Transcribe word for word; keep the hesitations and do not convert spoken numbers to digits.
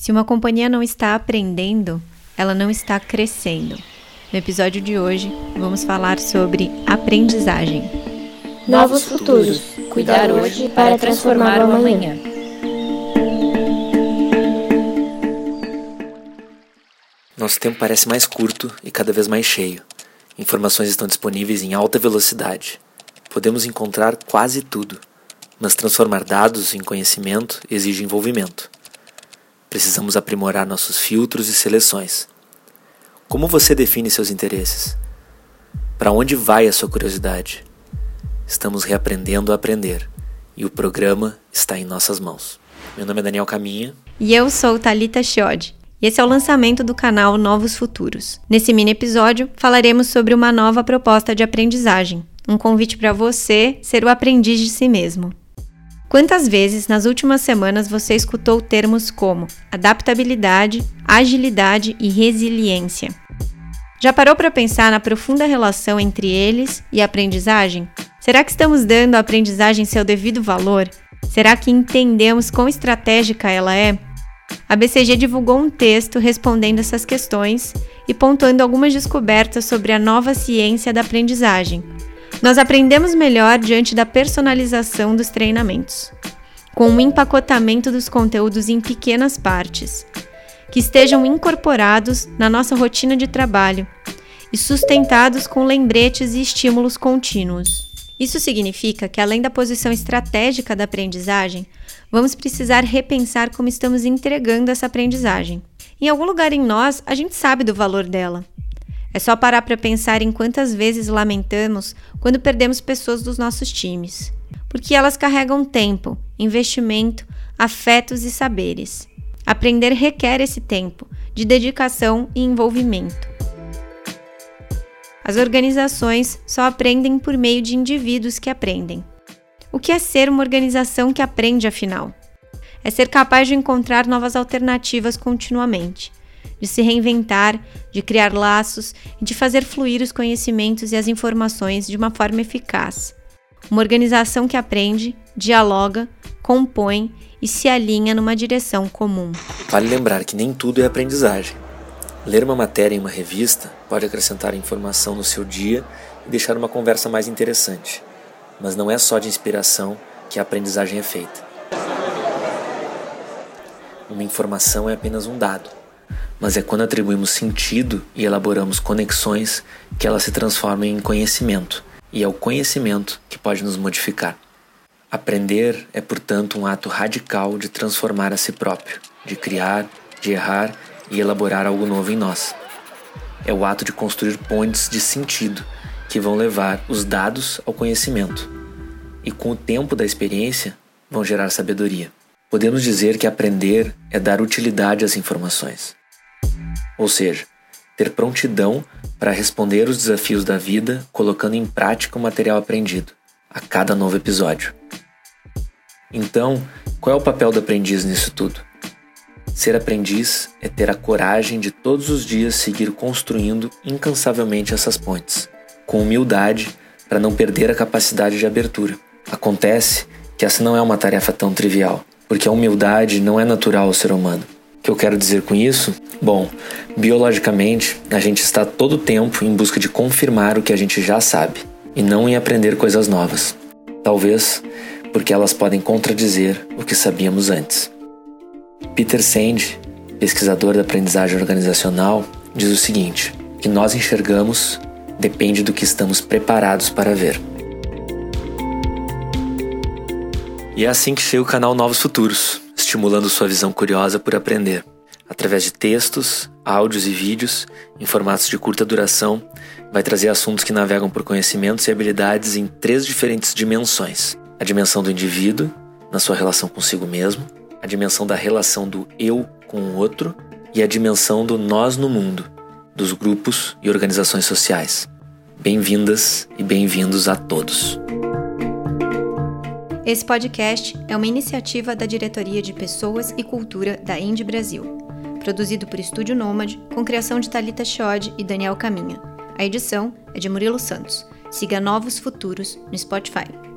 Se uma companhia não está aprendendo, ela não está crescendo. No episódio de hoje, vamos falar sobre aprendizagem. Novos futuros. Cuidar hoje para transformar o amanhã. Nosso tempo parece mais curto e cada vez mais cheio. Informações estão disponíveis em alta velocidade. Podemos encontrar quase tudo, mas transformar dados em conhecimento exige envolvimento. Precisamos aprimorar nossos filtros e seleções. Como você define seus interesses? Para onde vai a sua curiosidade? Estamos reaprendendo a aprender e o programa está em nossas mãos. Meu nome é Daniel Caminha. E eu sou Thalita Chiodi. E esse é o lançamento do canal Novos Futuros. Nesse mini episódio, falaremos sobre uma nova proposta de aprendizagem. Um convite para você ser o aprendiz de si mesmo. Quantas vezes nas últimas semanas você escutou termos como adaptabilidade, agilidade e resiliência? Já parou para pensar na profunda relação entre eles e a aprendizagem? Será que estamos dando à aprendizagem seu devido valor? Será que entendemos quão estratégica ela é? A B C G divulgou um texto respondendo essas questões e pontuando algumas descobertas sobre a nova ciência da aprendizagem. Nós aprendemos melhor diante da personalização dos treinamentos, com o empacotamento dos conteúdos em pequenas partes, que estejam incorporados na nossa rotina de trabalho e sustentados com lembretes e estímulos contínuos. Isso significa que, além da posição estratégica da aprendizagem, vamos precisar repensar como estamos entregando essa aprendizagem. Em algum lugar em nós, a gente sabe do valor dela. É só parar para pensar em quantas vezes lamentamos quando perdemos pessoas dos nossos times. Porque elas carregam tempo, investimento, afetos e saberes. Aprender requer esse tempo, de dedicação e envolvimento. As organizações só aprendem por meio de indivíduos que aprendem. O que é ser uma organização que aprende, afinal? É ser capaz de encontrar novas alternativas continuamente, de se reinventar, de criar laços e de fazer fluir os conhecimentos e as informações de uma forma eficaz. Uma organização que aprende, dialoga, compõe e se alinha numa direção comum. Vale lembrar que nem tudo é aprendizagem. Ler uma matéria em uma revista pode acrescentar informação no seu dia e deixar uma conversa mais interessante. Mas não é só de inspiração que a aprendizagem é feita. Uma informação é apenas um dado, mas é quando atribuímos sentido e elaboramos conexões que ela se transforma em conhecimento, e é o conhecimento que pode nos modificar. Aprender é, portanto, um ato radical de transformar a si próprio, de criar, de errar e elaborar algo novo em nós. É o ato de construir pontes de sentido que vão levar os dados ao conhecimento e, com o tempo da experiência, vão gerar sabedoria. Podemos dizer que aprender é dar utilidade às informações, ou seja, ter prontidão para responder os desafios da vida colocando em prática o material aprendido a cada novo episódio. Então, qual é o papel do aprendiz nisso tudo? Ser aprendiz é ter a coragem de todos os dias seguir construindo incansavelmente essas pontes, com humildade para não perder a capacidade de abertura. Acontece que essa não é uma tarefa tão trivial, porque a humildade não é natural ao ser humano. O que eu quero dizer com isso? Bom, biologicamente, a gente está todo o tempo em busca de confirmar o que a gente já sabe, e não em aprender coisas novas. Talvez porque elas podem contradizer o que sabíamos antes. Peter Senge, pesquisador da aprendizagem organizacional, diz o seguinte, que nós enxergamos depende do que estamos preparados para ver. E é assim que chega o canal Novos Futuros, estimulando sua visão curiosa por aprender. Através de textos, áudios e vídeos, em formatos de curta duração, vai trazer assuntos que navegam por conhecimentos e habilidades em três diferentes dimensões. A dimensão do indivíduo, na sua relação consigo mesmo, a dimensão da relação do eu com o outro e a dimensão do nós no mundo, dos grupos e organizações sociais. Bem-vindas e bem-vindos a todos. Esse podcast é uma iniciativa da Diretoria de Pessoas e Cultura da Indy Brasil, produzido por Estúdio Nômade, com criação de Thalita Chiodi e Daniel Caminha. A edição é de Murilo Santos. Siga Novos Futuros no Spotify.